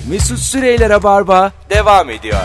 Mesut Süreyler'e barba devam ediyor.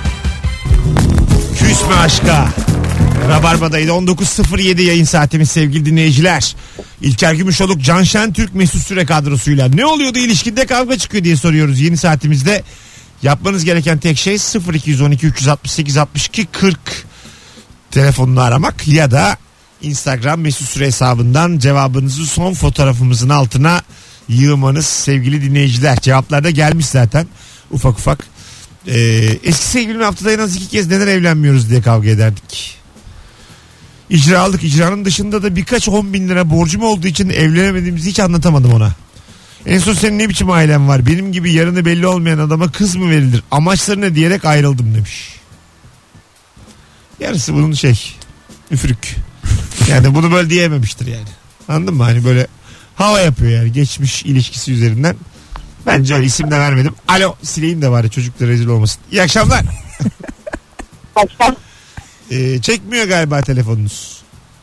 Küsme aşka. Rabarba'daydı. 19.07 yayın saatimiz sevgili dinleyiciler. İlker Gümüşoluk, Can Şentürk, Mesut Süre kadrosuyla. Ne oluyordu ilişkide kavga çıkıyor diye soruyoruz yeni saatimizde. Yapmanız gereken tek şey 0212 368 62 40 telefonunu aramak ya da Instagram Mesut Süre hesabından cevabınızı son fotoğrafımızın altına yığmanız sevgili dinleyiciler. Cevaplar da gelmiş zaten ufak ufak. Eski sevgilimle haftada en az 2 kez neden evlenmiyoruz diye kavga ederdik. İcra aldık. İcranın dışında da birkaç 10 bin lira borcum olduğu için evlenemediğimizi hiç anlatamadım ona. En son senin ne biçim ailen var? Benim gibi yarını belli olmayan adama kız mı verilir? Amaçları ne diyerek ayrıldım demiş. Yarısı bunun üfürük. Yani bunu böyle diyememiştir yani. Anladın mı? Hani böyle hava yapıyor yani geçmiş ilişkisi üzerinden. Bence öyle isim de vermedim. Alo, sileyim de bari çocuklar rezil olmasın. İyi akşamlar. Akşam. Çekmiyor galiba telefonunuz.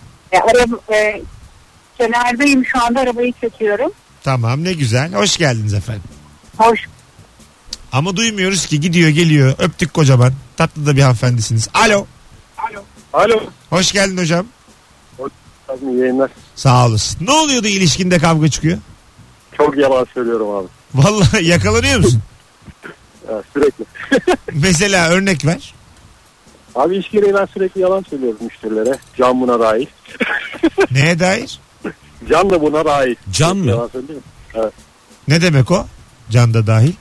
Kenardayım şu anda, arabayı çekiyorum. Tamam, ne güzel. Hoş geldiniz efendim. Hoş. Ama duymuyoruz ki, gidiyor geliyor. Öptük kocaman. Tatlı da bir hanımefendisiniz. Alo. Alo. Hoş geldin hocam. Hoş geldin, yayınlar. Sağ olasın. Ne oluyordu ilişkinde kavga çıkıyor? Çok yalan söylüyorum abi. Vallahi yakalanıyor musun? Ya, sürekli. Mesela örnek ver. Abi iş gereği ben sürekli yalan söylüyorum müşterilere. Can buna dahil. Neye dair? Can da buna dahil. Can mı? Yalan söylüyorum. Evet. Ne demek o? Can da dahil.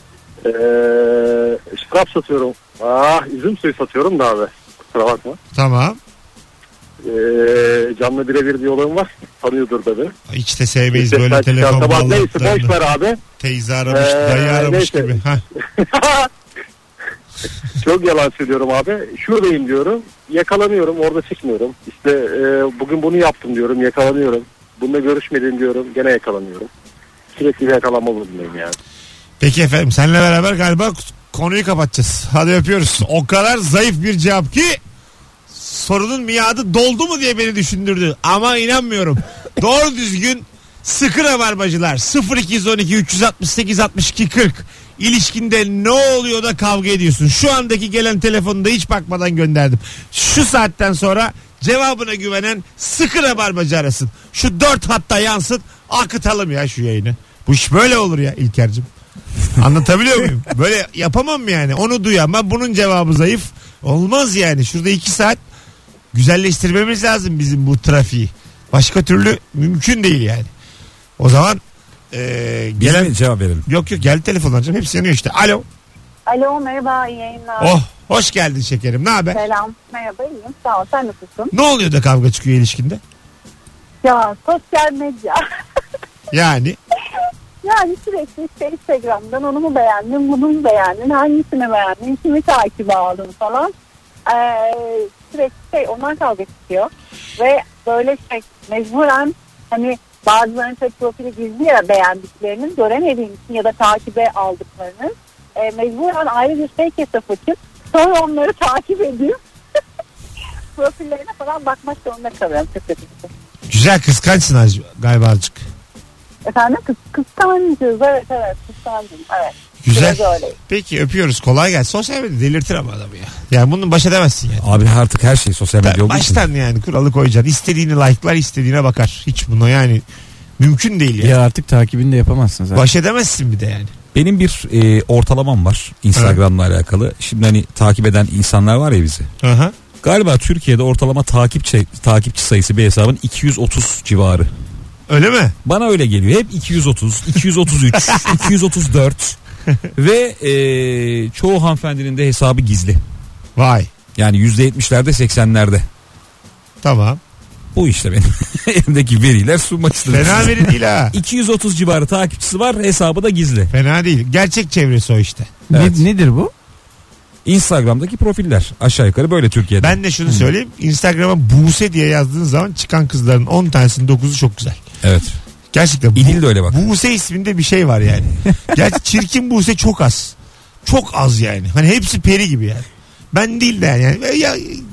Şarap satıyorum. Üzüm suyu satıyorum da abi. Kusura bakma. Tamam. Can'la birebir diyaloğum var. Tanıyordur da beni. Hiç de sevmeyiz böyle telefon bağlantılarını. Neyse boş ver abi. Teyze aramış, dayı aramış neyse. gibi. Çok yalan söylüyorum abi. Şuradayım diyorum. Yakalanıyorum. Orada çıkmıyorum. İşte bugün bunu yaptım diyorum. Yakalanıyorum. Bununla görüşmedim diyorum. Gene yakalanıyorum. Sürekli bir yakalanma bulundayım yani. Peki efendim, seninle beraber galiba konuyu kapatacağız. Hadi öpüyoruz. O kadar zayıf bir cevap ki sorunun miadı doldu mu diye beni düşündürdü. Ama inanmıyorum. Doğru düzgün sıkı rabarbacılar. 0212 368 62 40. İlişkinde ne oluyor da kavga ediyorsun? Şu andaki gelen telefonu da hiç bakmadan gönderdim. Şu saatten sonra cevabına güvenen sıkı rabarbacı arasın. Şu 4 hatta yansın, akıtalım ya şu yayını. Bu iş böyle olur ya İlker'cim. Anlatabiliyor muyum? Böyle yapamam yani. Onu duyan ama bunun cevabı zayıf. Olmaz yani. Şurada 2 saat güzelleştirmemiz lazım bizim bu trafiği. Başka türlü mümkün değil yani. O zaman gelen cevap verelim. Yok gel telefon alacağım. Hepsi yanıyor işte. Alo. Alo, merhaba, iyi yayınlar. Oh, hoş geldin şekerim. Ne haber? Selam. Merhaba, iyiyim. Sağ ol. Sen nasılsın? Ne oluyor da kavga çıkıyor ilişkinde? Ya sosyal medya. Yani sürekli Instagram'dan onu mu beğendin, bunu mu beğendin, hangisini beğendin, kimi takibe aldın falan. Sürekli ondan kavga çıkıyor. Ve böyle mecburen hani bazılarının profili gizli ya, beğendiklerinin göremediğin için ya da takibe aldıklarının mecburen ayrı bir hesap açıp sonra onları takip edip profillerine falan bakmak zorunda kalıyorum. güzel, kıskançsın galiba azıcık. Efendim kıskancız, evet kıskancım, evet. Güzel. Peki öpüyoruz, kolay gelsin. Sosyal medya delirtir ama adamı ya. Yani bunun baş edemezsin yani. Abi artık her şey sosyal medya olduğu için. Baştan yani kuralı koyacaksın. İstediğini like'lar, istediğine bakar. Hiç buna yani mümkün değil yani. Ya artık takibini de yapamazsın zaten. Baş edemezsin bir de yani. Benim bir ortalamam var Instagram'la alakalı. Şimdi hani takip eden insanlar var ya bizi. Aha. Galiba Türkiye'de ortalama takipçi sayısı bir hesabın 230 civarı. Öyle mi? Bana öyle geliyor. Hep 230, 233, 234 ve çoğu hanımefendinin de hesabı gizli. Vay. Yani %70'lerde 80'lerde. Tamam. Bu işte benim elimdeki veriler sunmak istedim. Fena veri değil ha. 230 civarı takipçisi var, hesabı da gizli. Fena değil. Gerçek çevresi o işte. Evet. Nedir bu? Instagram'daki profiller aşağı yukarı böyle Türkiye'de. Ben de şunu söyleyeyim. Instagram'a Buse diye yazdığın zaman çıkan kızların 10 tanesinin 9'u çok güzel. Evet. Gerçekten. İdil de öyle bak. Buse isminde bir şey var yani. Gerçi çirkin Buse çok az. Çok az yani. Hani hepsi peri gibi yani. Ben değil de yani. Ya,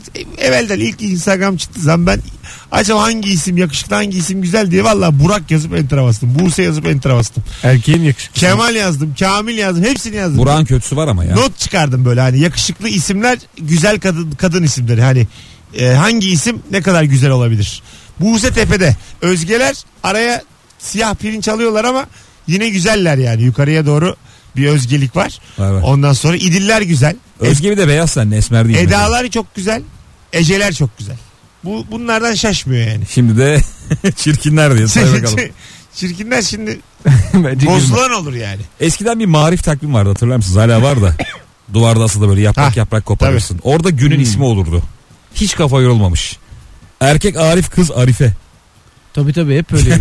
evvelden ilk Instagram çıktı zaman ben acaba hangi isim yakışıklı, hangi isim güzel diye valla Burak yazıp enter'a bastım. Buse yazıp enter'a bastım. Erkeğin yakışıklı. Kemal yazdım, Kamil yazdım, hepsini yazdım. Burak'ın kötüsü var ama ya. Not çıkardım böyle, hani yakışıklı isimler, güzel kadın isimleri. Hani hangi isim ne kadar güzel olabilir. Buse tepede. Özgeler araya siyah pirinç alıyorlar ama yine güzeller yani. Yukarıya doğru bir özgelik var. Var. Ondan sonra İdiller güzel. Özge bir de beyaz, sen esmer değil. Edalar çok güzel. Eceler çok güzel. Bunlardan şaşmıyor yani. Şimdi de çirkinler diye say bakalım. Çirkinler şimdi Bence bozulan olur yani. Eskiden bir marif takvim vardı, hatırlar mısınız? Hala var da. Duvarda asılı böyle yaprak yaprak koparırsın. Orada günün ismi olurdu. Hiç kafa yorulmamış. Erkek Arif, kız Arife. Tabii hep öyle.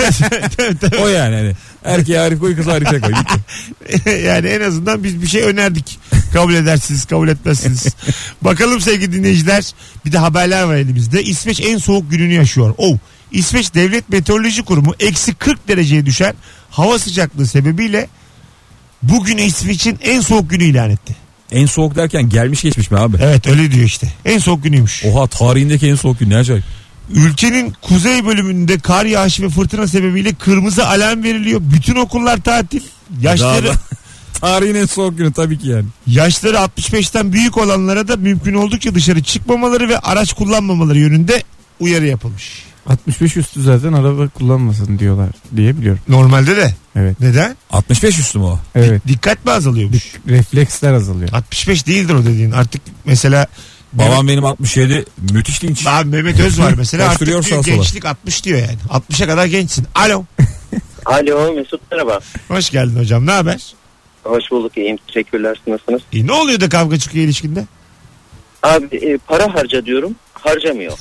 O yani hani. Erkeğe Arif koy, kız Arife koy. Yani en azından biz bir şey önerdik. Kabul edersiniz, kabul etmezsiniz. Bakalım sevgili dinleyiciler. Bir de haberler var elimizde. İsveç en soğuk gününü yaşıyor. İsveç Devlet Meteoroloji Kurumu eksi 40 dereceye düşen hava sıcaklığı sebebiyle bugün İsveç'in en soğuk günü ilan etti. En soğuk derken gelmiş geçmiş mi abi? Evet, öyle diyor işte. En soğuk günüymüş. Oha, tarihindeki en soğuk gün, ne acayip. Ülkenin kuzey bölümünde kar yağışı ve fırtına sebebiyle kırmızı alarm veriliyor. Bütün okullar tatil. Tarihin en soğuk günü tabii ki yani. Yaşları 65'ten büyük olanlara da mümkün oldukça dışarı çıkmamaları ve araç kullanmamaları yönünde uyarı yapılmış. 65 üstü zaten araba kullanmasın diyorlar diye biliyorum. Normalde de. Evet. Neden? 65 üstü mü o? Evet. Dikkat mi azalıyormuş? Refleksler azalıyor. 65 değildir o dediğin. Artık mesela Babam benim 67, müthiş dinç. Abi Mehmet Öz var mesela, artık Koşturuyor diyor, sağa sola. gençlik 60 diyor yani. 60'a kadar gençsin. Alo. Alo Mesut, merhaba. Hoş geldin hocam, ne haber? Hoş bulduk, iyiyim, teşekkürler, siz nasılsınız? Ne oluyor da kavga çıkıyor ilişkinde? Abi para harca diyorum, harcamıyor.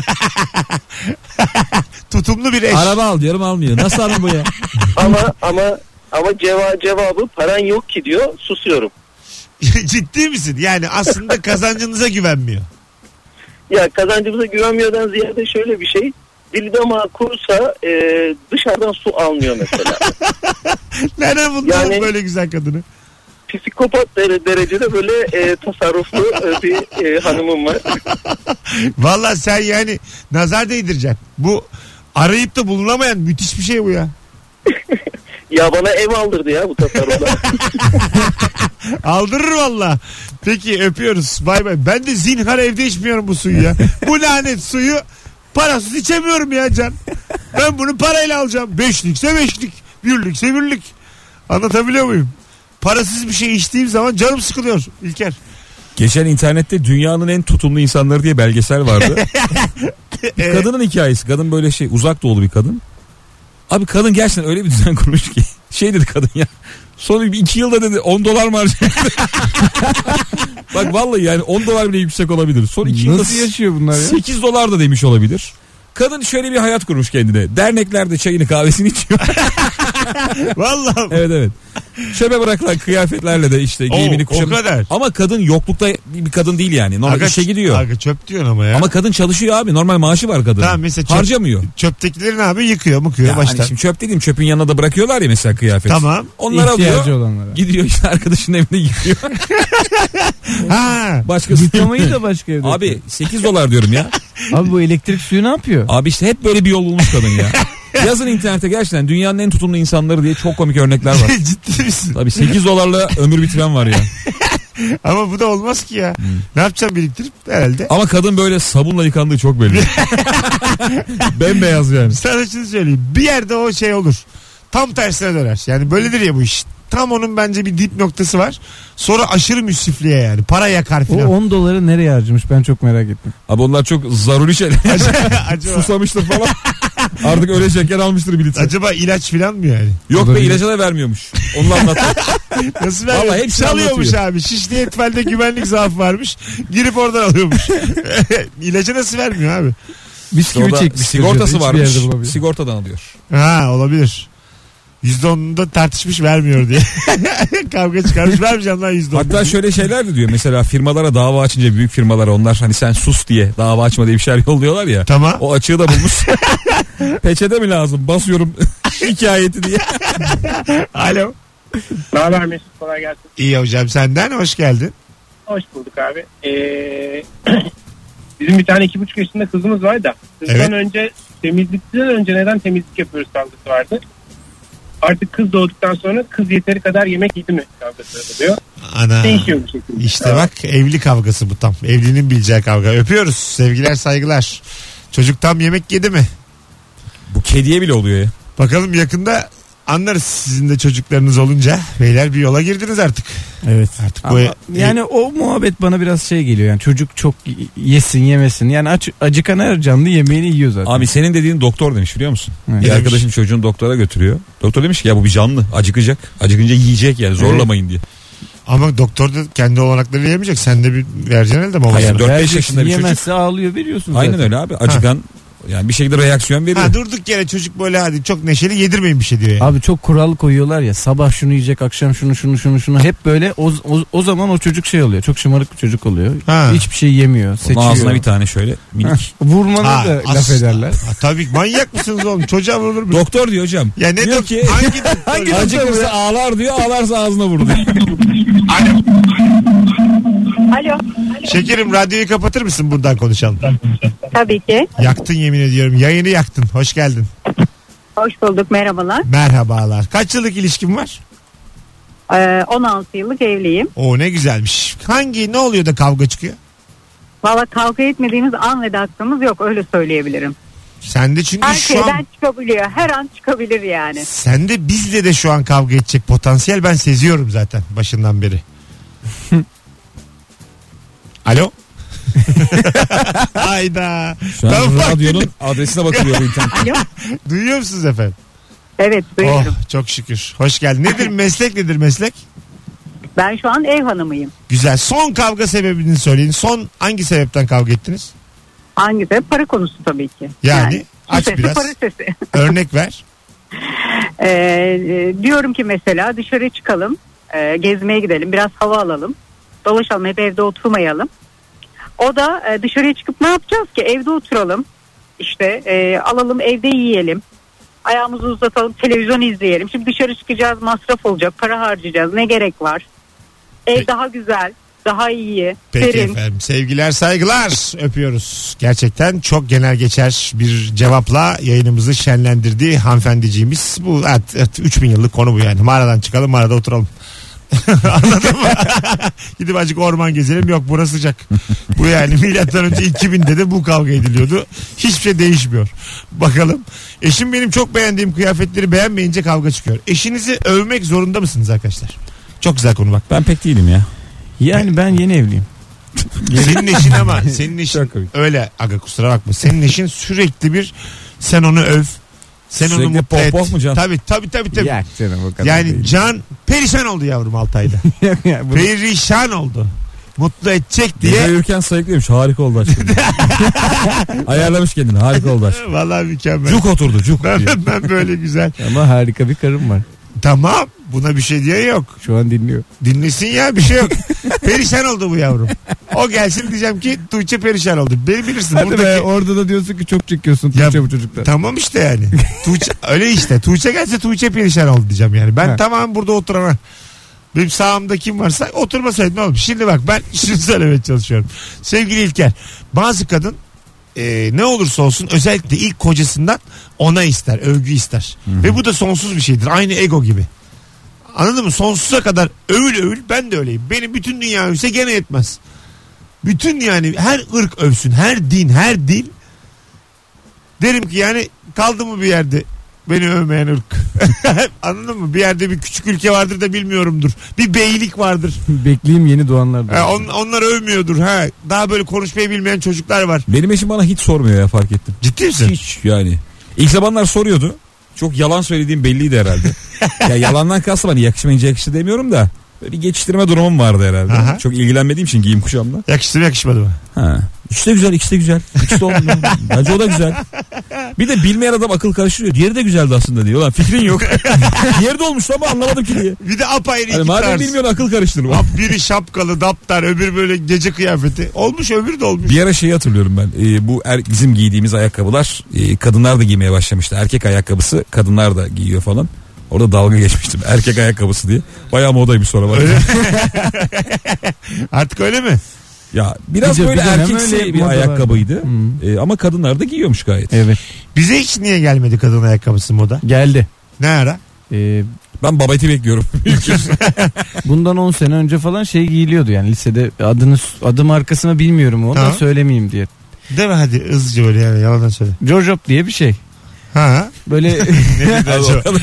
Tutumlu bir eş. Araba al diyorum, almıyor. Nasıl abi bu ya? ama cevabı paran yok ki diyor, susuyorum. Ciddi misin? Yani aslında kazancınıza güvenmiyor. Ya kazancımıza güvenmiyordan ziyade şöyle bir şey. Dili damağı kurusa dışarıdan su almıyor mesela. Nereden buldun Yani- böyle güzel kadını? Psikopat derecede böyle tasarruflu bir hanımım var. Vallahi sen yani nazar değdireceksin. Bu arayıp da bulunamayan müthiş bir şey bu ya. Ya bana ev aldırdı ya bu tasarrufla. Aldırır valla. Peki öpüyoruz. Bay bay. Ben de zinhar evde içmiyorum bu suyu ya. Bu lanet suyu parasız içemiyorum ya Can. Ben bunu parayla alacağım. 5'likse 5'lik. 1'likse 1'lik. Anlatabiliyor muyum? Parasız bir şey içtiğim zaman canım sıkılıyor İlker. Geçen internette dünyanın en tutumlu insanları diye belgesel vardı. Bir kadının hikayesi. Kadın böyle uzak doğulu bir kadın. Abi kadın gerçekten öyle bir düzen kurmuş ki. Dedi kadın ya. Sonra 2 yılda dedi $10 mı harcadı? Bak vallahi yani $10 bile yüksek olabilir. Son 2 yılda Nasıl yaşıyor bunlar ya? $8 da demiş olabilir. Kadın şöyle bir hayat kurmuş kendine. Derneklerde çayını kahvesini içiyor. Vallahi. Evet. Çöpe bırakılan kıyafetlerle de işte giyimini kuşamıyor. O kadar. Ama kadın yoklukta bir kadın değil yani. Normal işe gidiyor. Aga çöp diyorsun ama ya. Ama kadın çalışıyor abi. Normal maaşı var kadının. Tamam, mesela harcamıyor. Çöptekilerin abi yıkıyor Ya baştan. hani şimdi çöp dediğim, çöpün yanına da bırakıyorlar ya mesela kıyafet. Tamam. Onlar İhtiyacı alıyor. olanlara. Gidiyor işte arkadaşının evinde yıkıyor. Ha. Başkası. Yıkamayı da başka evde. Abi $8 diyorum ya. Abi bu elektrik suyu ne yapıyor? Abi işte hep böyle bir yol bulmuş kadın ya. Yazın internete gerçekten dünyanın en tutumlu insanları diye çok komik örnekler var. Ciddi misin? Tabii $8'la ömür bitiren var ya. Ama bu da olmaz ki ya. Ne yapacağım biriktirip herhalde. Ama kadın böyle sabunla yıkandığı çok belli. Bembeyaz yani. Sana şunu söyleyeyim. Bir yerde o şey olur. Tam tersine döner. Yani böyledir ya bu iş. Tam onun bence bir dip noktası var. Sonra aşırı müsrifliğe yani. Para yakar O filan. $10 nereye harcamış ben çok merak ettim. Abi onlar çok zaruri şeyler. Acaba, Susamıştır falan. Artık öyle şeker almıştır bir litre. acaba ilaç filan mı yani? Yok be, Olabilir. ilaca da vermiyormuş. Onu anlat. Nasıl veriyor? Vallahi hepsi Çalıyormuş anlatıyor. abi. Şişli Etfel'de güvenlik zaafı varmış. Girip oradan alıyormuş. İlacı nasıl vermiyor abi? Bisküvi Orada çekmiş. sigortası çocuğa da, varmış. hiçbir yerde bulamıyor. Sigortadan alıyor. Ha, olabilir. %10'unda tartışmış vermiyor diye. Kavga çıkarmış, vermeyeceğim lan %10. Hatta şöyle şeyler de diyor. Mesela firmalara dava açınca, büyük firmalara, onlar hani sen sus diye dava açma diye bir şeyler yolluyorlar ya. Tamam. O açığı da bulmuş. Peçete mi lazım? Basıyorum şikayeti diye. Alo. Ne haber Mesut, kolay gelsin. İyi hocam, senden hoş geldin. Hoş bulduk abi. Bizim bir tane 2,5 yaşında kızımız var da. Kızdan önce temizlikten önce neden temizlik yapıyoruz kavgası vardı. Artık kız doğduktan sonra kız yeteri kadar yemek yedi mi kavgası oluyor. Ana. Değişiyor bu şekilde. İşte bak evli kavgası bu tam. Evlinin bileceği kavga. Öpüyoruz. Sevgiler saygılar. Çocuk tam yemek yedi mi? Bu kediye bile oluyor ya. Bakalım yakında anlarız sizin de çocuklarınız olunca. Beyler bir yola girdiniz artık. Evet. Artık ama yani o muhabbet bana biraz şey geliyor. Yani çocuk çok yesin yemesin. Yani acıkan her canlı yemeğini yiyor zaten. Abi senin dediğin doktor demiş biliyor musun? Evet. Bir arkadaşım çocuğunu doktora götürüyor. Doktor demiş ki ya bu bir canlı, acıkacak. Acıkınca yiyecek yani, zorlamayın diye. Ama doktor da kendi olanakları yemeyecek. Sen de bir vereceksin elde mi? Hayır, 4-5 yaşında bir çocuk. Yemezse ağlıyor, veriyorsun Aynen zaten. öyle abi. Acıkan yani bir şekilde reaksiyon veriyor. Ha, durduk yere çocuk böyle hadi çok neşeli yedirmeyin bir şey diyor yani. Abi çok kural koyuyorlar ya, sabah şunu yiyecek, akşam şunu hep böyle o zaman o çocuk şey oluyor, çok şımarık bir çocuk oluyor. Ha. Hiçbir şey yemiyor, seçiyor. Ağzına bir tane şöyle minik. Vurmanı da laf ederler. Tabii manyak mısınız oğlum, çocuğa vurulur mu? Doktor diyor hocam. Ya ne diyor ki hangi acıkırsa ağlar diyor, ağlarsa ağzına vurur diyor. Alo. Şekerim radyoyu kapatır mısın, buradan konuşalım. Tabii ki. Yaktın yemin ediyorum, yayını yaktın, hoş geldin. Hoş bulduk, merhabalar. Merhabalar. Kaç yıllık ilişkin var? 16 yıllık evliyim. Oo ne güzelmiş. Ne oluyor da kavga çıkıyor? Valla kavga etmediğimiz an ve dakikamız yok, öyle söyleyebilirim. Sende çünkü Her şu an şeyden çıkabiliyor, her an çıkabilir yani. sende bizle de şu an kavga edecek potansiyel ben seziyorum zaten başından beri. Alo. Hayda. Şu an Ben radyonun adresine bakılıyor internet. Alo. Duyuyor musunuz efendim? Evet, duyuyorum. Oh çok şükür. Hoş geldin. Nedir meslek? Ben şu an ev hanımıyım. Güzel. Son kavga sebebini söyleyin. Son hangi sebepten kavga ettiniz? Hangisi? Para konusu tabii ki. Yani aç sesi, biraz. para sesi. Örnek ver. Diyorum ki mesela dışarı çıkalım, gezmeye gidelim, biraz hava alalım, dolaşalım, hep evde oturmayalım. O da dışarıya çıkıp ne yapacağız ki, evde oturalım, işte alalım evde yiyelim, ayağımızı uzatalım, televizyon izleyelim. Şimdi dışarı çıkacağız, masraf olacak, para harcayacağız, ne gerek var? Ev daha güzel, daha iyi, Peki serin. efendim, sevgiler saygılar, öpüyoruz. Gerçekten çok genel geçer bir cevapla yayınımızı şenlendirdi hanımefendiciğimiz. Bu 3000 yıllık konu bu yani. Mağaradan çıkalım, mağarada oturalım. Anladın mı? Gidip azıcık orman gezelim, yok burası sıcak. Bu yani milattan önce 2000'de de bu kavga ediliyordu. Hiçbir şey değişmiyor. Bakalım. Eşim benim çok beğendiğim kıyafetleri beğenmeyince kavga çıkıyor. Eşinizi övmek zorunda mısınız arkadaşlar? Çok güzel konu bak. Ben pek değilim ya. Yani ben yeni evliyim. Senin eşin ama senin eşin öyle, aga kusura bakma. Senin eşin sürekli bir sen onu öv. Sen Sürekli onu mutlu poh et. poh mu Can? Tabii. Yak canım, o kadar Yani değil. Can perişan oldu yavrum 6 ayda. Bunu- Perişan oldu. Mutlu edecek Diye. diye. Uyurken sayıklıyormuş, harika oldu aşkım. Ayarlamış kendini, harika oldu aşkım. Vallahi mükemmel. Cuk oturdu cuk diye. Ben böyle güzel. Ama harika bir karım var. Tamam, buna bir şey diye yok. Şu an dinliyor. Dinlesin ya, bir şey yok. Perişan oldu bu yavrum. O gelsin diyeceğim ki Tuğçe perişan oldu. Beni bilirsin. Hadi Buradaki... be, orada da diyorsun ki çok çekiyorsun Ya, Tuğçe bu çocukta. Tamam işte yani. Tuğçe, öyle işte. Tuğçe gelse Tuğçe perişan oldu diyeceğim yani. Ben tamam burada oturana. Benim sağımda kim varsa oturmasaydı ne olur. Şimdi bak, ben şunu söylemeye çalışıyorum. Sevgili İlker, bazı kadın ne olursa olsun özellikle ilk kocasından ona ister, övgü ister. Hı-hı. Ve bu da sonsuz bir şeydir. Aynı ego gibi. Anladın mı? Sonsuza kadar övül, ben de öyleyim. Beni bütün dünya övse gene yetmez. Bütün yani her ırk övsün, her din, her dil. Derim ki yani kaldı mı bir yerde beni övmeyen ırk? Anladın mı? Bir yerde bir küçük ülke vardır da bilmiyorumdur. Bir beylik vardır. Bekleyeyim yeni doğanlar. Onlar övmüyordur. Daha böyle konuşmayı bilmeyen çocuklar var. Benim eşim bana hiç sormuyor ya, fark ettim. Ciddi misin? Hiç yani. İlk zamanlar soruyordu. Çok yalan söylediğim belliydi herhalde. Ya yalandan kastım, hani yakışmayınca yakıştı demiyorum da. Bir geçiştirme durumum vardı herhalde. Aha. Çok ilgilenmediğim için giyim kuşamla. Yakıştı mı yakışmadı mı? Ha. İkisi de güzel, ikisi de güzel. İkisi de olmuyor. Bence o da güzel. Bir de bilmeyen adam akıl karıştırıyor. Diğeri de güzeldi aslında diyor. Lan fikrin yok. Diğeri de olmuş ama anlamadım ki diye. Bir de apayrı hani iki madem tarz. bilmiyorsun akıl karıştırma. Biri şapkalı, daptar, öbür böyle gece kıyafeti. Olmuş, öbürü de olmuş. Bir ara şeyi hatırlıyorum ben. Bu bizim giydiğimiz ayakkabılar kadınlar da giymeye başlamıştı. Erkek ayakkabısı kadınlar da giyiyor falan. Orada dalga geçmiştim. Erkek ayakkabısı diye. Bayağı modaymış sonra. Öyle. Artık öyle mi? Ya biraz Bir böyle dönem erkeksi öyle bir moda ayakkabıydı. vardı. Ama kadınlar da giyiyormuş gayet. Evet. Bize hiç niye gelmedi kadın ayakkabısı moda? Geldi. Ne ara? Ben babeti bekliyorum. Bundan 10 sene önce falan şey giyiliyordu yani lisede adı markasını bilmiyorum onu da Tamam. söylemeyeyim diye. Değil mi hadi hızlıca böyle yani yalandan söyle. Jojop diye bir şey. Ha? Böyle Ne dedi acaba?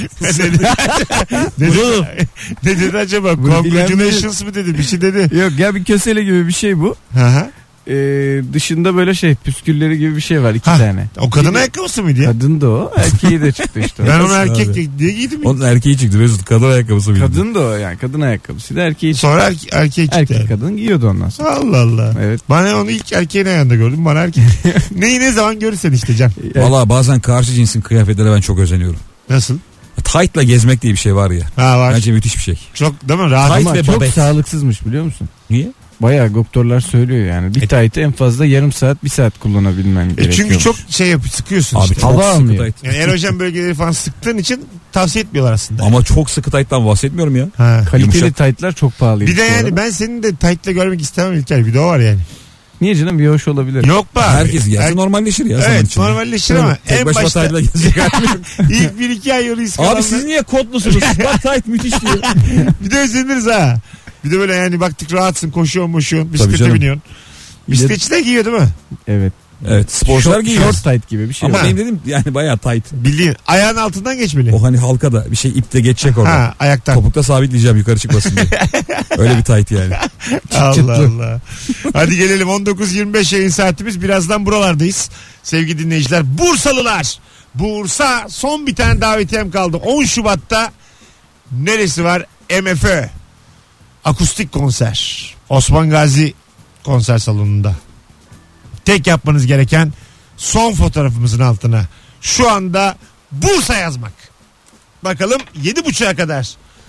Ne dedi acaba? Congratulations mı dedi? Bir şey dedi. yok ya bir kösele gibi bir şey bu. Ha. Dışında böyle şey püskülleri gibi bir şey var 2 Ha, tane. o kadın ayakkabısı mıydı ya? Kadın da o erkeği de çıktı işte. Ben onu Nasıl erkek abi? diye giydim. Onun erkeği çıktı Mesut. Kadın ayakkabısı mıydı? Kadın da o yani kadın ayakkabısıydı erkeği çıktı. Sonra erkeğe çıktı. Erkek yani. kadın giyiyordu ondan sonra. Allah Allah. Evet. Bana onu ilk erkeğin ayağında gördüm. Bana erkek. Neyi ne zaman görürsen işte Can. Valla bazen karşı cinsin kıyafetlerine ben çok özeniyorum. Nasıl? Tight'la gezmek diye bir şey var ya. Ha var. Bence müthiş bir şey. Çok değil mi? Rahat. Tight Ama ve çok babet. sağlıksızmış biliyor musun? Niye? Bayağı doktorlar söylüyor yani. Bir tight'ı en fazla yarım saat 1 saat kullanabilmen gerekiyor. Çünkü çok şey sıkıyorsun Abi işte. çok Hava sıkı almıyor. tight. Yani erojen bölgeleri falan sıktığın için tavsiye etmiyorlar aslında. Ama çok sıkı tight'tan bahsetmiyorum ya. Ha. Kaliteli Yumuşak. tight'lar çok pahalıymış. Bir de bu yani arada. ben senin de tight'la görmek istemem İlker. Bir de o var yani. Niye canım bir hoş olabilir. Yok be abi. Herkes gelse normalleşir ya zaman Evet içinde. normalleşir ama Tek en başıma başta tight'la gezecek halim yok. ilk 1-2 ay risk Abi alanlar- siz niye kotlusunuz? Bak tight müthiş diyor. Bir de özeniriz ha. Bir de böyle yani baktık rahatsın koşuyorsun bisiklete canım. biniyorsun. Bisikletçi de giyiyor değil mi? Evet. Evet sporcular giyiyor. Short tight gibi bir şey. Ama Ha. benim dedim yani bayağı tight. Bildiğin ayağın altından geçmeli. O hani halka da bir şey ipte geçecek orada. Ha ayaktan. Topukta sabitleyeceğim yukarı çıkmasın diye. Öyle bir tight yani. Allah Allah. Hadi gelelim 19.25 yayın saatimiz. Birazdan buralardayız. Sevgili dinleyiciler. Bursalılar. Bursa son bir tane davetiyem kaldı. 10 Şubat'ta neresi var? MFÖ. Akustik konser. Osman Gazi konser salonunda. Tek yapmanız gereken son fotoğrafımızın altına şu anda Bursa yazmak. Bakalım 7.30'a kadar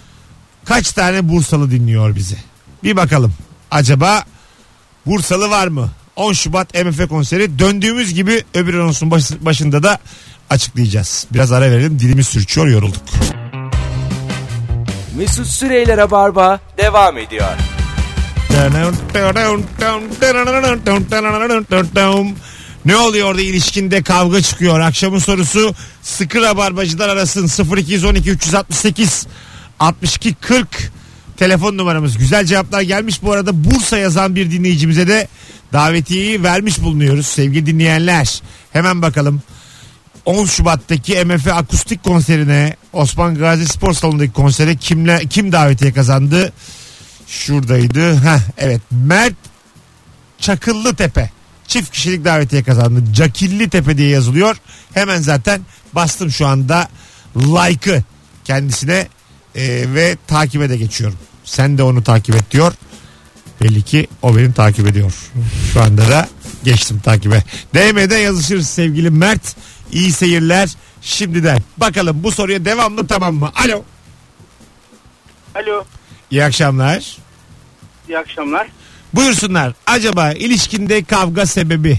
kaç tane Bursalı dinliyor bizi? Bir bakalım. Acaba Bursalı var mı? 10 Şubat MF konseri. Döndüğümüz gibi öbür anonsun başında da açıklayacağız. Biraz ara verelim. Dilimiz sürçüyor, yorulduk. Mesut Süreyler'e barba devam ediyor. Ne oluyor orada ilişkinde kavga çıkıyor. Akşamın sorusu sıkı rabarbacılar arasın 0212 368 62 40 telefon numaramız. Güzel cevaplar gelmiş bu arada. Bursa yazan bir dinleyicimize de davetiyeyi vermiş bulunuyoruz sevgili dinleyenler. Hemen bakalım. 10 Şubat'taki MF akustik konserine Osman Gazi Spor Salonu'ndaki konsere kim davetiye kazandı? Şuradaydı. Evet. Mert Çakıllıtepe çift kişilik davetiye kazandı. Cakillitepe diye yazılıyor. Hemen zaten bastım şu anda like'ı kendisine ve takibe de geçiyorum. Sen de onu takip et diyor. Belli ki o beni takip ediyor. Şu anda da geçtim takibe. DM'den yazışırız sevgili Mert. İyi seyirler şimdiden. Bakalım bu soruya devamlı tamam mı? Alo. Alo. İyi akşamlar. İyi akşamlar. Buyursunlar. Acaba ilişkinde kavga sebebi?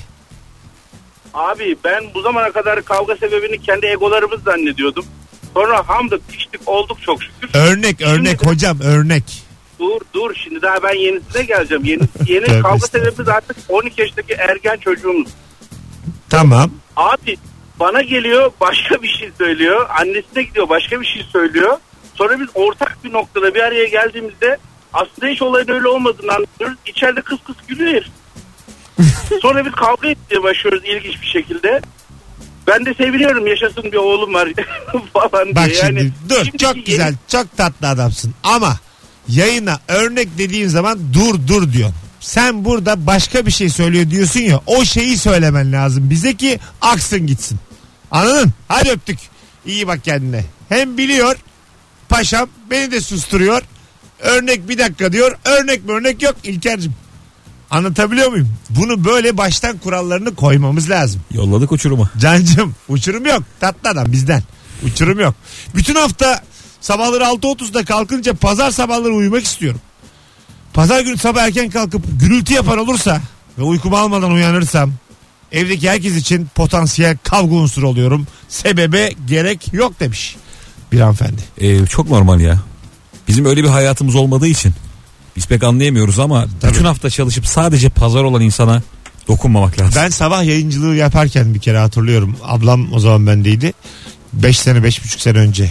Abi ben bu zamana kadar kavga sebebini kendi egolarımız zannediyordum. Sonra hamdık piştik olduk çok şükür. Örnek Şimdi- hocam örnek. Dur şimdi daha ben yenisine geleceğim. Yeni Tövbe kavga estağfurullah. sebebimiz artık 12 yaşındaki ergen çocuğumuz. Tamam. Abi bana geliyor başka bir şey söylüyor. Annesine gidiyor başka bir şey söylüyor. Sonra biz ortak bir noktada bir araya geldiğimizde aslında hiç olayın öyle olmadığını anlıyoruz. İçeride kıs kıs gülüyor herif. Sonra biz kavga etmeye başlıyoruz ilginç bir şekilde. Ben de seviniyorum yaşasın bir oğlum var falan Bak diye. şimdi Yani, dur şimdiki çok güzel çok tatlı adamsın ama yayına örnek dediğin zaman dur diyorsun. Sen burada başka bir şey söylüyor diyorsun ya o şeyi söylemen lazım bize ki aksın gitsin. Anladın? Hadi öptük. İyi bak kendine. Hem biliyor paşam beni de susturuyor. Örnek bir dakika diyor. Örnek yok İlker'cim. Anlatabiliyor muyum? Bunu böyle baştan kurallarını koymamız lazım. Yolladık uçuruma. Cancım uçurum yok. Tatlı adam bizden. Uçurum yok. Bütün hafta sabahları 6.30'da kalkınca pazar sabahları uyumak istiyorum. Pazar günü sabah erken kalkıp gürültü yapan olursa ve uykumu almadan uyanırsam evdeki herkes için potansiyel kavga unsuru oluyorum. Sebebe gerek yok demiş bir hanımefendi. Çok normal ya. Bizim öyle bir hayatımız olmadığı için Biz pek anlayamıyoruz ama bütün hafta çalışıp sadece pazar olan insana dokunmamak lazım. Ben sabah yayıncılığı yaparken bir kere hatırlıyorum. Ablam o zaman bendeydi. 5,5 sene önce.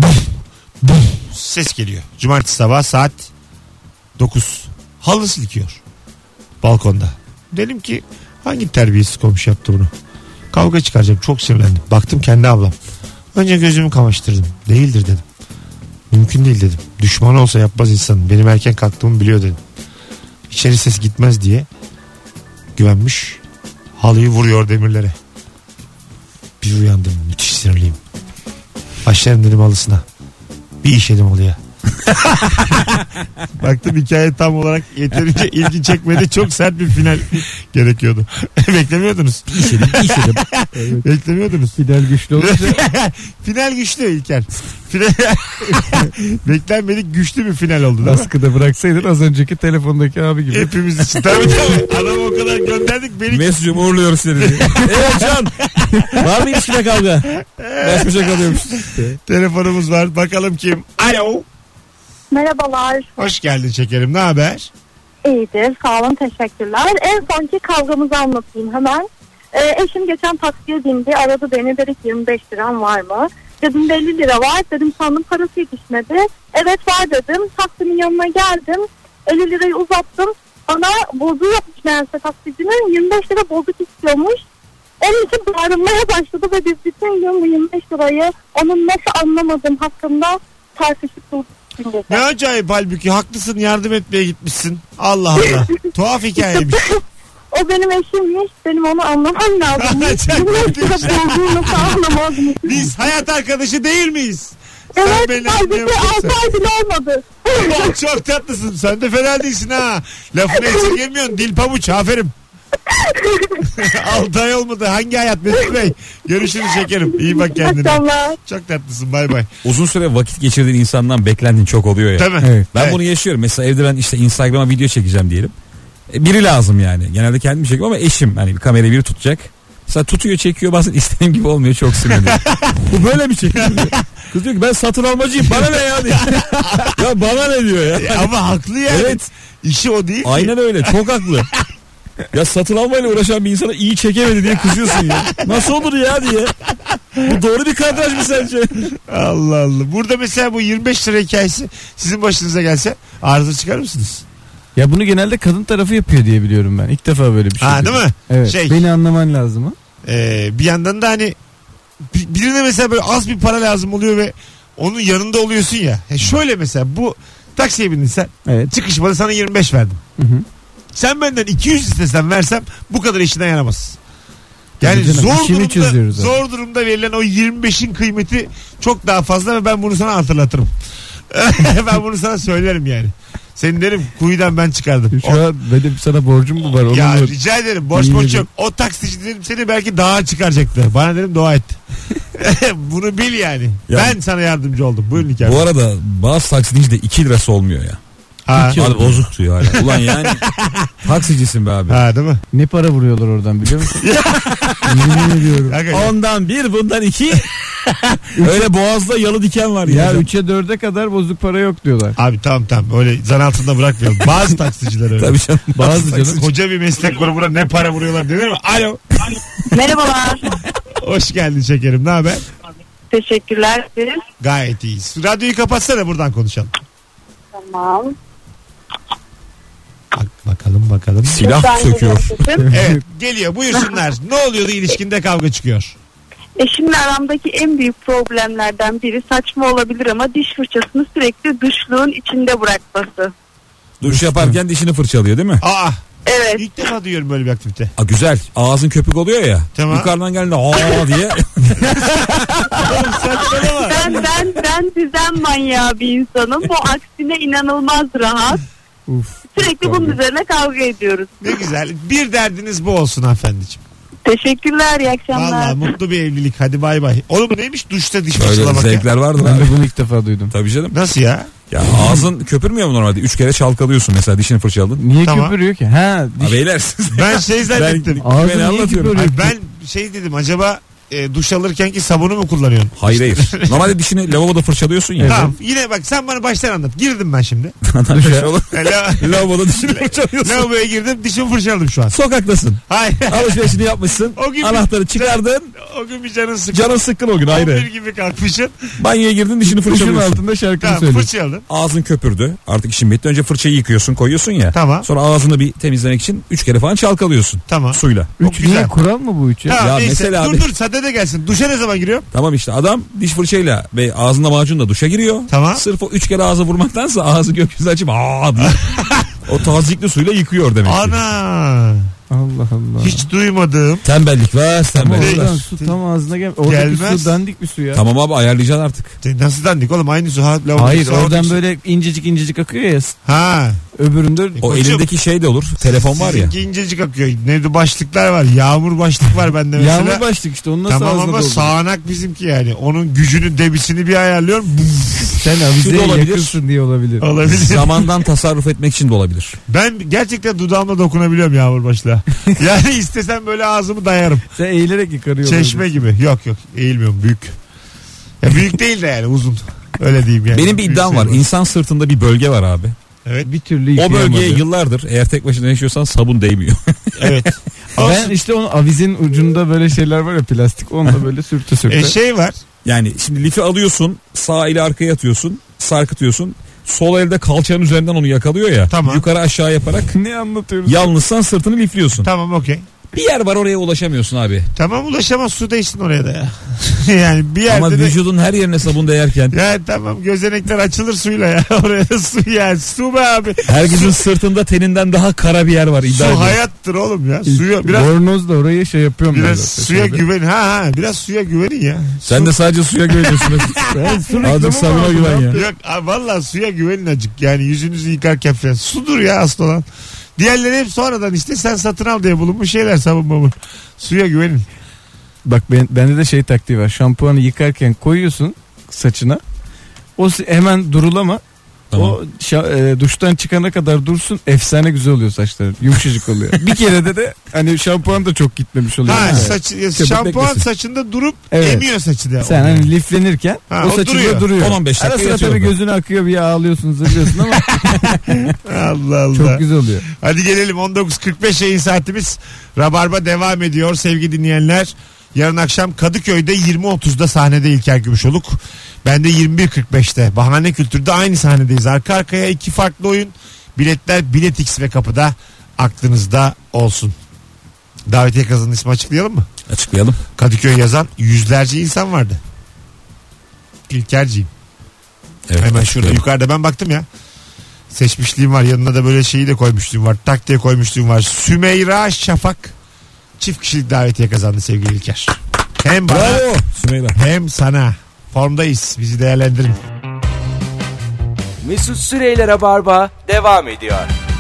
Ses geliyor. Cumartesi sabah saat 9. Halı silkiyor. Balkonda. Dedim ki hangi terbiyesiz komşu yaptı bunu? Kavga çıkaracağım. Çok sinirlendim. Baktım kendi ablam. Önce gözümü kamaştırdım. Değildir dedim. Mümkün değil dedim. Düşman olsa yapmaz insan. Benim erken kalktığımı biliyor dedim. İçeri ses gitmez diye güvenmiş. Halıyı vuruyor demirlere. Bir uyandım. Müthiş sinirliyim. Başlarım dedim halısına. Bir işedim halıya. Baktım hikaye tam olarak yeterince ilgi çekmedi. Çok sert bir final gerekiyordu. Beklemiyordunuz. İşedim. Evet. Beklemiyordunuz. Final güçlü olunca. Final güçlü İlker. Beklenmedik güçlü bir final oldu değil mi? Askıda bıraksaydın az önceki telefondaki abi gibi. Hepimiz için. Tabii. Adamı o kadar gönderdik. Beni Mesut'cum uğurluyoruz seni. Evet Can. Var mı ilişkide kavga? Baş başa kalıyormuş. telefonumuz var. Bakalım kim? Alo. Merhabalar. Hoş geldin şekerim. Ne haber? İyidir. Sağ olun. Teşekkürler. En sonki kavgamızı anlatayım hemen. Eşim geçen taksiye bindi. Aradı beni. Dedi ki 25 liram var mı? Dedim 50 lira var. Dedim sandım parası yetişmedi. Evet var dedim. Taksinin yanına geldim. 50 lirayı uzattım. Bana bozuğu yapmış meğerse taksicinin. 25 lira bozuk istiyormuş. Onun için bağırmaya başladı ve biz bütün gün bu 25 lirayı onun nasıl anlamadığım hakkında tartışıp durduk. Ne acayip halbuki haklısın, yardım etmeye gitmişsin. Allah Allah. Tuhaf hikayeymiş. O benim eşimmiş. Benim onu anlamam lazım. Bunu nasıl anlamadım. Biz hayat arkadaşı değil miyiz? Sen Evet, beni halbuki 6 ay bile olmadı. Çok tatlısın. Sen de fena değilsin ha. Lafını esirgemiyorsun. Dil pabuç. Aferin. 6 ay olmadı. Hangi hayat Mesut Bey? Görüşürüz şekerim. İyi bak kendine. Akşamlar. Çok tatlısın. Bay bay. Uzun süre vakit geçirdiğin insandan beklentin çok oluyor ya. Değil mi? Evet. Ben Evet. bunu yaşıyorum. Mesela evde ben işte Instagram'a video çekeceğim diyelim. Biri lazım yani. Genelde kendim çekiyorum ama eşim hani bir kamerayı biri tutacak. Mesela tutuyor çekiyor bazen istediğim gibi olmuyor, çok sinirleniyor. Bu böyle bir çekim diyor. Kız diyor ki ben satın almacıyım bana ne ya diyor. Ya bana ne diyor ya. Ama haklı yani. Evet. İşi o değil ki. Aynen öyle, çok haklı. Ya satın almayla uğraşan bir insana iyi çekemedi diye kızıyorsun ya. Nasıl olur ya diye. Bu doğru bir kadraj mı sence? Allah Allah. Burada mesela bu 25 lira hikayesi sizin başınıza gelse arıza çıkar mısınız? Ya bunu genelde kadın tarafı yapıyor diye biliyorum ben. İlk defa böyle bir şey. Ha, değil mi? Evet. Şey. Beni anlaman lazım ha. Bir yandan da hani birine mesela böyle az bir para lazım oluyor ve onun yanında oluyorsun ya. Şöyle mesela bu taksiye bindin sen. Evet. Çıkış bana sana 25 verdim. Hı hı. Sen benden 200 istesen versem bu kadar işinden yaramazsın. Yani Tabii canım, işini çözüyoruz abi. zor durumda verilen o 25'in kıymeti çok daha fazla ve ben bunu sana hatırlatırım. Ben bunu sana söylerim yani. Senin derim kuyudan ben çıkardım. Şu an benim sana borcum mu var? Ya Onu rica ederim. Borç İyi borç dedim. yok. O taksici dedim seni belki dağa çıkaracaktı. Bana dedim dua et. Bunu bil yani. Ya, ben sana yardımcı oldum. Buyurun hikaye. Bu arada bazı taksici de 2 lirası olmuyor ya. Ha. Abi bozuk diyor hala. Ulan yani taksicisin be abi. Ha değil mi? ne para vuruyorlar oradan biliyor musun? Yemin ediyorum. Hakikaten. Ondan bir bundan 2. Öyle boğazda yalı diken var ya. Ya 3'e 4'e kadar bozuk para yok diyorlar. Abi tamam öyle zan altında bırakmayalım. Bazı taksiciler öyle. Tabii canım. Bazı canım. Koca bir meslek grubuna ne para vuruyorlar denir mi? Alo. Merhabalar. Hoş geldin şekerim. Ne haber? Teşekkürler. Gayet iyiyiz. Radyoyu kapatsana buradan konuşalım. Tamam. Bakalım. Silah söküyor. Evet geliyor buyursunlar. Ne oluyordu ilişkinde kavga çıkıyor? Eşimle aramdaki en büyük problemlerden biri, saçma olabilir ama, diş fırçasını sürekli duşluğun içinde bırakması. Duş yaparken dişini fırçalıyor değil mi? Aa. Evet. İlk defa duyuyorum böyle bir aktivite. Güzel. Ağzın köpük oluyor ya. Tamam. Yukarıdan geldi aa diye. Ben düzen manyağı bir insanım. Bu aksine inanılmaz rahat. Sürekli bunun üzerine kavga ediyoruz. Ne güzel. Bir derdiniz bu olsun hanımefendiciğim. Teşekkürler, iyi akşamlar. Valla mutlu bir evlilik. Hadi bay bay. Oğlum bu neymiş duşta diş Böyle fırçalamak ya? zevkler vardır Ben abi. de bunu ilk defa duydum. Tabii canım. Nasıl ya? Ya ağzın köpürmüyor mu normalde? 3 kere çalkalıyorsun mesela dişini fırçaladın. Niye Tamam. köpürüyor ki? Ha, diş. Ha beyler. Ben şey zannettim. Ağzı Ben niye anlatıyorum. köpürüyor? Ay ben şey dedim acaba duş alırken ki sabunu mu kullanıyorsun? Hayır. Normalde dişini lavaboda fırçalıyorsun ya. Tamam yine bak sen bana baştan anlat. Girdim ben şimdi. Lavaboda dişini fırçalıyorsun. Lavaboya girdim dişimi fırçaladım şu an. Sokaktasın. Hayır. Alışverişini yapmışsın. O gün Anahtarı çıkardın. O gün bir canın sıkkın. Canın sıkkın o gün ayrı. 11 gibi kalkmışsın. Banyoya girdin dişini Duşun fırçalıyorsun. altında şarkını Tamam söylüyorsun. fırçaladın. Ağzın köpürdü. Artık işin bitti. Önce fırçayı yıkıyorsun, koyuyorsun ya. Tamam. Sonra ağzını bir temizlemek için 3 kere falan çalkalıyorsun. Tamam. Suyla. Çok güzel. Niye kural mı bu 3 ya? Tamam Ya neyse. mesela Dur abi- dur sade de gelsin. Duşa ne zaman giriyor? Tamam işte adam diş fırçayla ve ağzında macunla duşa giriyor. Tamam. Sırf o 3 kere ağzı vurmaktansa ağzı gökyüzüne açıp aa diye o tazikli suyla yıkıyor demek ki. Ana. Allah Allah. Hiç duymadım. Tembellik var Ama tembellik var. oradan su tam ağzına gel. Oradaki Gelmez. su dandik bir su ya. Tamam abi ayarlayacaksın artık. Nasıl dandik oğlum aynı su. Lavabo Hayır su, oradan oradaki su. böyle incecik akıyor ya. Ha. Öbüründe O Koçum. elindeki şey de olur. Telefon var ya. Sizinki incecik akıyor. Neydi başlıklar var. Yağmur başlık var bende mesela. yağmur başlık işte onu nasıl Tamam ağzına ama doldur? sağanak bizimki yani. Onun gücünü debisini bir ayarlıyorum. Sen Şu da avizeye olabilir. yakınsın diye olabilir. Olabilir. Zamandan tasarruf etmek için de olabilir. Ben gerçekten dudağımla dokunabiliyorum yağmur başlığa. Yani istesem böyle ağzımı dayarım. Sen eğilerek yıkarıyor. Çeşme gibi. Yok eğilmiyorum büyük. Ya büyük değil de yani uzun. Öyle diyeyim yani. Benim bir iddiam Büyük var. sayılmaz. İnsan sırtında bir bölge var abi. Evet. Bir türlü O yıkayamadı. bölgeye yıllardır eğer tek başına yaşıyorsan sabun değmiyor. Evet. Ben işte onun avizin ucunda böyle şeyler var ya plastik. Onunla böyle sürte. Şey var. Yani şimdi lifi alıyorsun, sağ ile arkaya atıyorsun, sarkıtıyorsun. Sol elde kalçanın üzerinden onu yakalıyor ya. Tamam. Yukarı aşağı yaparak Ne anlatıyorsun? yalnızsan sırtını lifliyorsun. Tamam okey. Bir yer var oraya ulaşamıyorsun abi. Tamam ulaşamaz su değişsin oraya da ya. Yani bir yerde Ama de... vücudun her yerine sabun değerken Ya tamam gözenekler açılır suyla ya. Oraya da su yani. Su be abi. herkesin sırtında teninden daha kara bir yer var iddia Su ediyorum. hayattır oğlum ya. Suya biraz Bornoz da oraya şey yapıyorum. biraz ben zaten. suya Şöyle. güvenin. Ha biraz suya güvenin ya. Sen de sadece suya güveniyorsun. Ben su reklamı Azıcık mı sabuna aldım güven ya. Yok vallahi suya güvenin acık. Yani yüzünüzü yıkarken falan. Sudur ya asıl olan. Diğerleri hep sonradan işte sen satın al diye bulunmuş şeyler sabun babun. Suya güvenin. Bak bende de şey taktiği var. Şampuanı yıkarken koyuyorsun saçına. O hemen durulama. Tamam. O duştan çıkana kadar dursun. Efsane güzel oluyor saçların. Yumuşacık oluyor. Bir kere de hani şampuan da çok gitmemiş oluyor. Ha Yani. şampuan beklesin. saçında durup Evet. emiyor saçı da. Sen hani liflenirken Ha, o o saçında duruyor. duruyor. 10-15 dakika Ara sıra yatıyor tabii orada. gözüne akıyor bir ağlıyorsun zırlıyorsun ama Allah Allah. çok güzel oluyor. Hadi gelelim 19.45 yayın saatimiz. Rabarba devam ediyor sevgili dinleyenler. Yarın akşam Kadıköy'de 20.30'da sahnede İlker Gümüşoluk. Ben de 21.45'te Bahane Kültür'de aynı sahnedeyiz. Arka arkaya iki farklı oyun. Biletler Biletix ve kapıda aklınızda olsun. Davetiye kazanan ismi açıklayalım mı? Açıklayalım. Kadıköy yazan yüzlerce insan vardı. İlkerciğim. Evet, Hemen şurada açıklayalım. yukarıda ben baktım ya. Seçmişliğim var. Yanına da böyle şeyi de koymuşluğum var. Tak diye koymuşluğum var. Sümeyra Şafak çift kişilik davetiye kazandı sevgili İlker. Hem bana Bravo Sümeyra. hem sana. Formdayız. Bizi değerlendirin. Mesut Süreyler'e barba devam ediyor.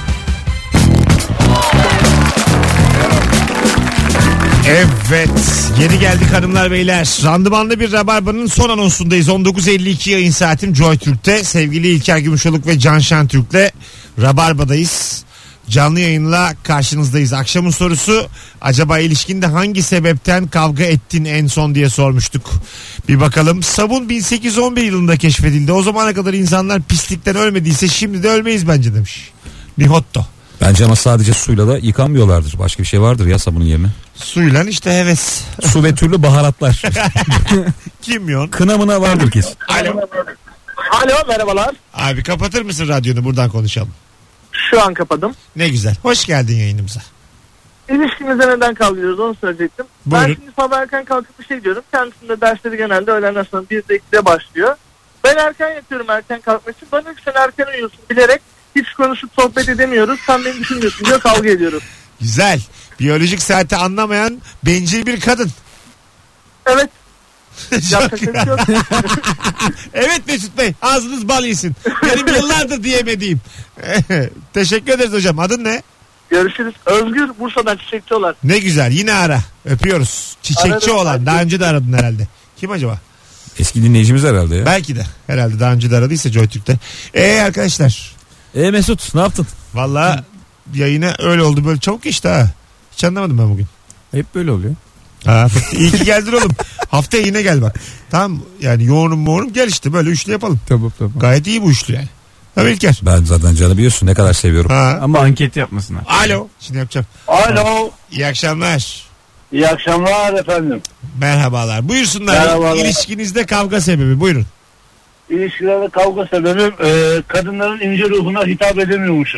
Evet. Yeni geldik hanımlar beyler. Randımanlı bir Rabarba'nın son anonsundayız. 19.52 yayın saatim Joy Türk'te. Sevgili İlker Gümüşoluk ve Can Şentürk'le Rabarba'dayız. Canlı yayınla karşınızdayız. Akşamın sorusu acaba ilişkinde hangi sebepten kavga ettin en son diye sormuştuk. Bir bakalım. Sabun 1811 yılında keşfedildi. O zamana kadar insanlar pislikten ölmediyse şimdi de ölmeyiz bence demiş. Nihotto. Bence ama sadece suyla da yıkanmıyorlardır. Başka bir şey vardır ya sabunun yerine. Suyla işte heves. Su ve türlü baharatlar. Kimyon. Kınamına vardır kesin. Alo. Alo merhabalar. Abi kapatır mısın radyonu buradan konuşalım. Şu an kapadım. Ne güzel. Hoş geldin yayınımıza. İlişkimize neden kavgıyoruz onu söyleyecektim. Buyurun. Ben şimdi sabah erken kalkıp bir şey diyorum. Kendisinde dersleri genelde öğlenden sonra 1'de 2'de başlıyor. Ben erken yatıyorum erken kalkmak için. Bana sen erken uyuyorsun bilerek hiç konuşup sohbet edemiyoruz. Sen beni düşünmüyorsun diyor kavga ediyoruz. Güzel. Biyolojik saati anlamayan bencil bir kadın. Evet. Çok- Yapacak bir şey yok. Evet Mesut Bey ağzınız bal yesin. Benim yıllardır diyemediğim. Teşekkür ederiz hocam. Adın ne? Görüşürüz. Özgür Bursa'dan çiçekçi olan. Ne güzel yine ara. Öpüyoruz. Çiçekçi Ararım. olan. Daha önce de aradın herhalde. Kim acaba? Eski dinleyicimiz herhalde ya. Belki de. Herhalde daha önce de aradıysa JoyTürk'te. Arkadaşlar. Mesut ne yaptın? Valla yayına öyle oldu böyle çabuk geçti ha. Hiç anlamadım ben bugün. Hep böyle oluyor. Ha, iyi ki geldin oğlum. Haftaya yine gel bak. Tamam yani yoğunum gel işte böyle üçlü yapalım. Tamam. Gayet iyi bu üçlü yani. Ha İlker. Ben zaten canı biliyorsun ne kadar seviyorum. Ha. Ama anket yapmasınlar. Alo. Şimdi yapacağım. Alo. İyi akşamlar. İyi akşamlar efendim. Merhabalar. Buyursunlar. Merhabalar. İlişkinizde kavga sebebi. Buyurun. İlişkilerde kavga sebebim kadınların ince ruhuna hitap edemiyormuşum.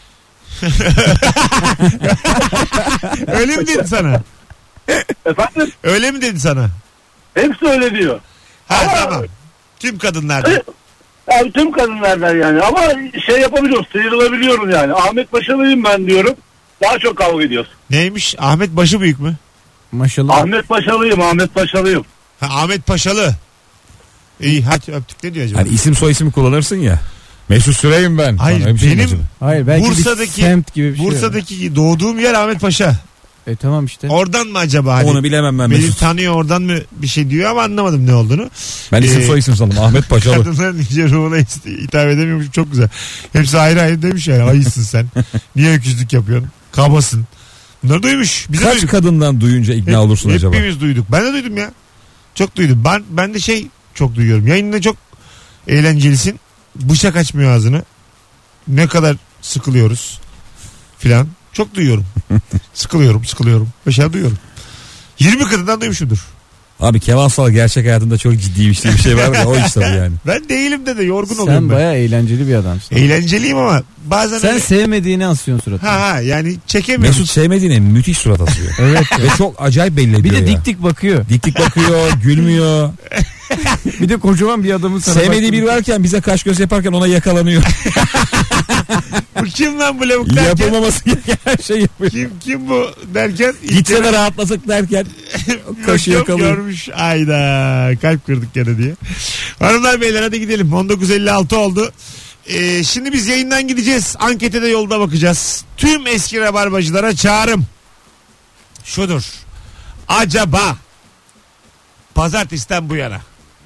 Öyle mi dedi sana? Efendim? Öyle mi dedi sana? Hepsi öyle diyor. Ha Ama- tamam. Tüm kadınlardan. Yani tüm kadınlardan yani. Ama şey yapabiliyorum, sıyrılabiliyorum yani. Ahmet Paşalıyım ben diyorum. Daha çok kavga ediyoruz. Neymiş? Ahmet başı büyük mü? Maşallah. Ahmet Paşalıyım. Ha, Ahmet Paşalı. İyi hadi öptük. Ne diyor acaba? Hani isim soy ismi kullanırsın ya. Mesut Süreyim ben. Hayır, Falan, öyle bir şey mi benim- acaba? Hayır belki Bursa'daki- bir semt gibi bir şey. Bursa'daki doğduğum yer Ahmet Paşa. Tamam işte. Oradan mı acaba? Hani Onu bilemem ben beni Mesut. tanıyor oradan mı bir şey diyor ama anlamadım ne olduğunu. Ben isim Ee, soy isim sandım. Ahmet Paşalı. Kadınların ince ruhuna hitap edemiyormuş, çok güzel. Hepsi ayrı ayrı demiş yani. Ayısın sen. Niye öküzlük yapıyorsun? Kabasın. Bunları duymuş. Biz de Kaç duyduk. kadından duyunca ikna olursun acaba? Hepimiz duyduk. Ben de duydum ya. Çok duydum. Ben de çok duyuyorum. Yayında çok eğlencelisin. Bıçak açmıyor ağzını. Ne kadar sıkılıyoruz filan. Çok duyuyorum. Sıkılıyorum. Beşer duyuyorum. 20 kadından duymuşumdur. Abi Kemal Sal gerçek hayatında çok ciddi bir şey var ya o iş tabii yani. Ben değilim de yorgun Sen oluyorum ben. bayağı eğlenceli bir adamsın. Eğlenceliyim ama bazen Sen öyle- sevmediğini asıyorsun suratına. ha yani çekemiyorum. Mesut sevmediğine müthiş surat atıyor. Evet. Ve çok acayip belli ediyor Bir de ya. dik dik bakıyor. Dik dik bakıyor, gülmüyor. Bir de kocaman bir adamın sana Sevmediği biri baktığını- varken bize kaş göz yaparken ona yakalanıyor. Bu kim lan bu lavuk derken? Yapılmaması gereken her şey yapıyor. Kim bu derken? Gitse de rahatlasak derken kaşı Yok, yakalıyor. görmüş. Ayda kalp kırdık gene diye. Hanımlar beyler hadi gidelim. 19.56 oldu. Şimdi biz yayından gideceğiz. Ankete de yolda bakacağız. Tüm eski rabarbacılara çağrım şudur. Acaba pazartesiden bu yana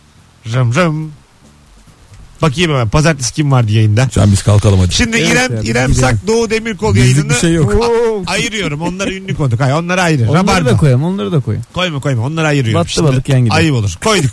rım bakayım hemen pazartesi kim vardı yayında? Can biz kalkalım hadi. Şimdi Evet İrem ya, biz İrem gidelim. Sak Doğu Demirkol Bizlik yayınını bir şey yok. Oo. ayırıyorum. Onları ünlü koyduk. Hayır onları ayrı. Onları Rabarba. da koyalım, onları da koyalım. Koyma onları ayırıyorum. Battı balık yan gider. Ayıp olur. Koyduk.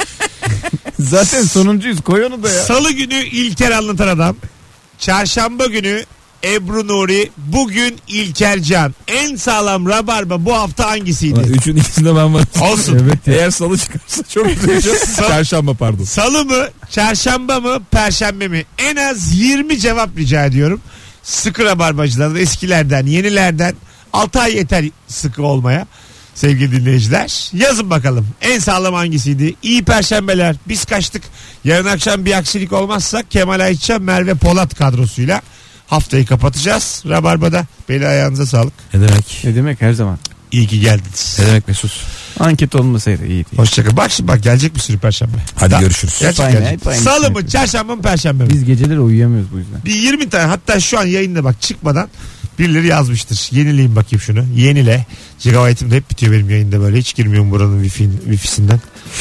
Zaten sonuncuyuz, koy onu da ya. Salı günü İlker Anlatan Adam. Çarşamba günü Ebru Nuri. Bugün İlker Can. En sağlam rabarba bu hafta hangisiydi? Üçün ikisinde ben varım. Olsun. Evet ya. Eğer salı çıkarsa çok güzel. Çarşamba pardon. Salı mı, çarşamba mı, perşembe mi? En az 20 cevap rica ediyorum. Sıkı rabarbacılardan, eskilerden, yenilerden. 6 ay yeter sıkı olmaya. Sevgili dinleyiciler. Yazın bakalım. En sağlam hangisiydi? İyi perşembeler. Biz kaçtık. Yarın akşam bir aksilik olmazsa Kemal Ayça, Merve Polat kadrosuyla haftayı kapatacağız. Rabarba'da. Beli ayağınıza sağlık. Ne demek? Ne demek her zaman. İyi ki geldiniz. Ne demek Mesut? Anket olmasaydı iyiydi. Hoşçakal. Bak gelecek bir sürü perşembe. Hadi görüşürüz. Gerçekten Hep gelecek. aynı Salı şey mı, yapıyoruz. çarşamba mı, perşembe mi? Biz geceleri uyuyamıyoruz bu yüzden. Bir 20 tane hatta şu an yayında bak çıkmadan birileri yazmıştır. Yenileyim bakayım şunu. Yenile. Gigabyte'ım da hep bitiyor benim yayında böyle. Hiç girmiyorum buranın Wi-Fi'sinden.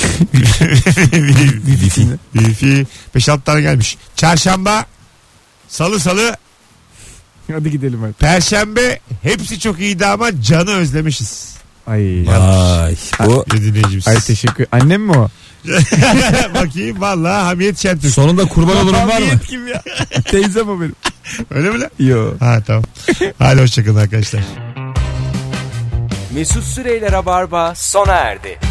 Wi-Fi. 5-6 tane gelmiş. Çarşamba, salı, Hadi gidelim hadi. perşembe hepsi çok iyiydi ama Can'ı özlemişiz. Ay. Vay. Bu Bir dinleyicimiz. Ay teşekkür. Annem mi o? Bakayım valla Hamiyet Şentürk. sonunda kurban olurum var mı? Kim ya? Teyzem o benim. Öyle mi lan? Yo. Ha tamam. Hadi hoşçakalın arkadaşlar. Mesut Süreyle Rabarba sona erdi.